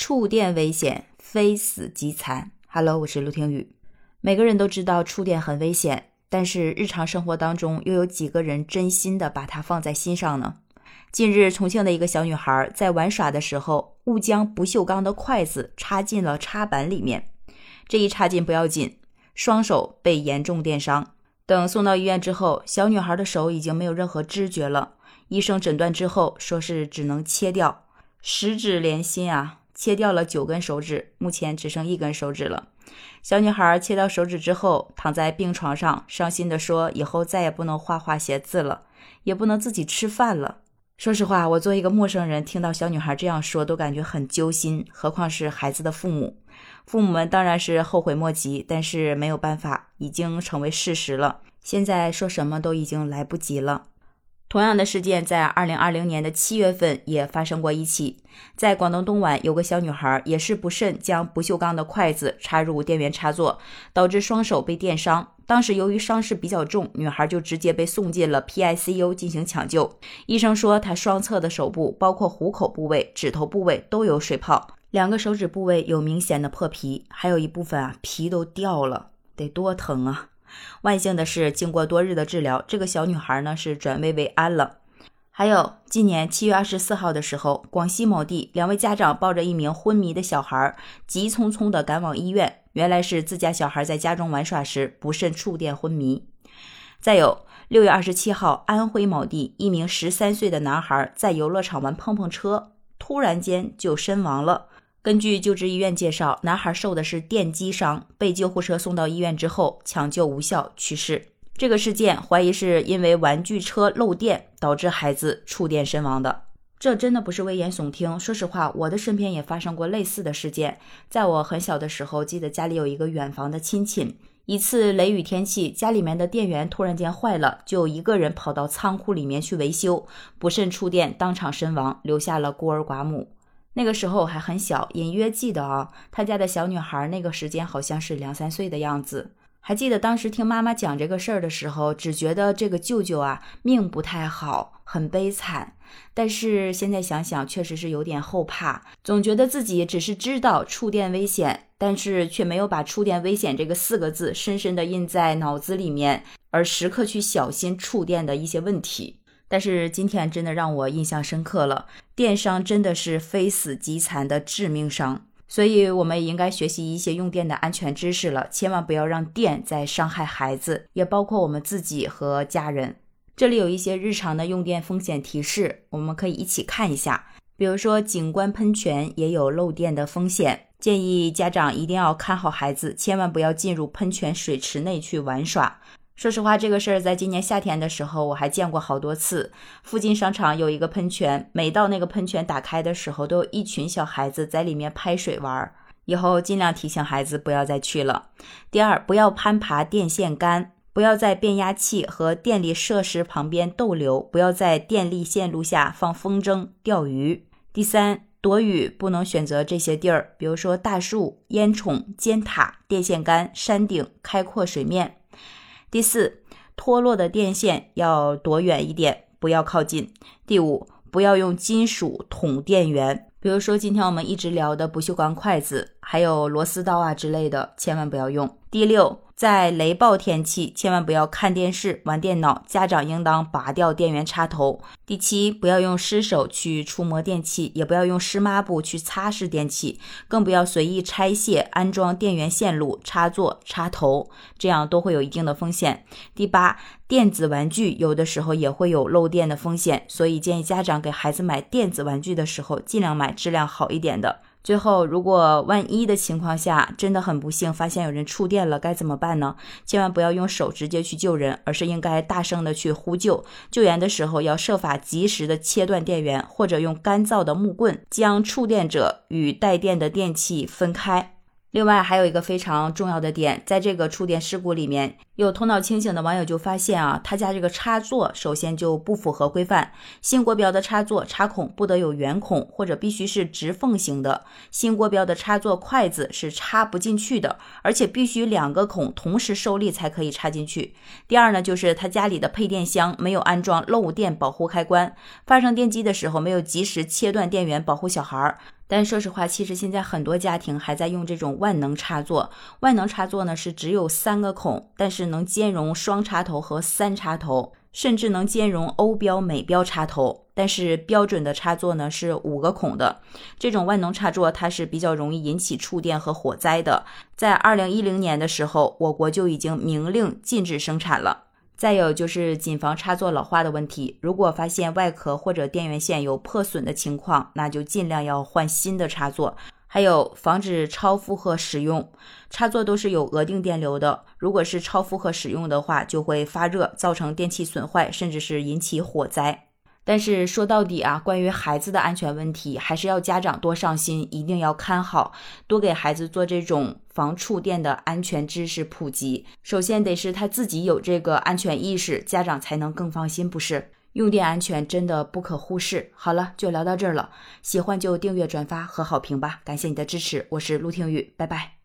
触电危险，非死即残。Hello， 我是陆听雨。每个人都知道触电很危险，但是日常生活当中又有几个人真心的把它放在心上呢？近日，重庆的一个小女孩在玩耍的时候，误将不锈钢的筷子插进了插板里面。这一插进不要紧，双手被严重电伤。等送到医院之后，小女孩的手已经没有任何知觉了。医生诊断之后说是只能切掉，十指连心啊，切掉了9根手指，目前只剩1根手指了。小女孩切到手指之后，躺在病床上，伤心地说以后再也不能画画写字了，也不能自己吃饭了。说实话，我作为一个陌生人，听到小女孩这样说都感觉很揪心，何况是孩子的父母。父母们当然是后悔莫及，但是没有办法，已经成为事实了，现在说什么都已经来不及了。同样的事件在2020年的7月份也发生过一起，在广东东莞有个小女孩也是不慎将不锈钢的筷子插入电源插座，导致双手被电伤。当时由于伤势比较重，女孩就直接被送进了 PICU 进行抢救。医生说她双侧的手部包括虎口部位、指头部位都有水泡，2个手指部位有明显的破皮，还有一部分皮都掉了，得多疼啊！万幸的是，经过多日的治疗，这个小女孩呢是转危为安了。还有今年7月24号的时候，广西某地2位家长抱着一名昏迷的小孩，急匆匆地赶往医院，原来是自家小孩在家中玩耍时不慎触电昏迷。再有6月27号，安徽某地一名13岁的男孩在游乐场玩碰碰车，突然间就身亡了。根据就职医院介绍，男孩受的是电击伤，被救护车送到医院之后抢救无效去世。这个事件怀疑是因为玩具车漏电导致孩子触电身亡的。这真的不是危言耸听，说实话，我的身边也发生过类似的事件。在我很小的时候，记得家里有一个远房的亲戚，一次雷雨天气，家里面的电源突然间坏了，就一个人跑到仓库里面去维修，不慎触电当场身亡，留下了孤儿寡母。那个时候还很小，隐约记得他家的小女孩那个时间好像是2-3岁的样子。还记得当时听妈妈讲这个事儿的时候，只觉得这个舅舅命不太好，很悲惨。但是现在想想确实是有点后怕，总觉得自己只是知道触电危险，但是却没有把触电危险这个4个字深深地印在脑子里面，而时刻去小心触电的一些问题。但是今天真的让我印象深刻了，电伤真的是非死即残的致命伤，所以我们也应该学习一些用电的安全知识了，千万不要让电再伤害孩子，也包括我们自己和家人。这里有一些日常的用电风险提示，我们可以一起看一下。比如说景观喷泉也有漏电的风险，建议家长一定要看好孩子，千万不要进入喷泉水池内去玩耍。说实话，这个事儿在今年夏天的时候我还见过好多次。附近商场有一个喷泉，每到那个喷泉打开的时候，都有一群小孩子在里面拍水玩，以后尽量提醒孩子不要再去了。第二，不要攀爬电线杆，不要在变压器和电力设施旁边逗留，不要在电力线路下放风筝、钓鱼。第三，躲雨不能选择这些地儿，比如说大树、烟囱、尖塔、电线杆、山顶、开阔水面。第四，脱落的电线要躲远一点，不要靠近。第五，不要用金属捅电源，比如说今天我们一直聊的不锈钢筷子，还有螺丝刀之类的，千万不要用。第六，在雷暴天气千万不要看电视、玩电脑，家长应当拔掉电源插头。第七，不要用湿手去触摸电器，也不要用湿抹布去擦拭电器，更不要随意拆卸安装电源线路、插座、插头，这样都会有一定的风险。第八，电子玩具有的时候也会有漏电的风险，所以建议家长给孩子买电子玩具的时候尽量买质量好一点的。最后，如果万一的情况下真的很不幸发现有人触电了，该怎么办呢？千万不要用手直接去救人，而是应该大声的去呼救。救援的时候要设法及时的切断电源，或者用干燥的木棍将触电者与带电的电器分开。另外还有一个非常重要的点，在这个触电事故里面，有头脑清醒的网友就发现他家这个插座首先就不符合规范。新国标的插座插孔不得有圆孔，或者必须是直缝型的。新国标的插座筷子是插不进去的，而且必须2个孔同时受力才可以插进去。第二呢，就是他家里的配电箱没有安装漏电保护开关，发生电击的时候没有及时切断电源保护小孩， 但说实话，其实现在很多家庭还在用这种万能插座。万能插座呢是只有3个孔，但是能兼容双插头和3插头，甚至能兼容欧标、美标插头。但是标准的插座呢是5个孔的。这种万能插座它是比较容易引起触电和火灾的。在2010年的时候，我国就已经明令禁止生产了。再有就是谨防插座老化的问题，如果发现外壳或者电源线有破损的情况，那就尽量要换新的插座。还有防止超负荷使用，插座都是有额定电流的，如果是超负荷使用的话，就会发热，造成电器损坏，甚至是引起火灾。但是说到底啊，关于孩子的安全问题，还是要家长多上心，一定要看好，多给孩子做这种防触电的安全知识普及。首先得是他自己有这个安全意识，家长才能更放心，不是？用电安全真的不可忽视。好了，就聊到这儿了，喜欢就订阅、转发和好评吧，感谢你的支持，我是陆听雨，拜拜。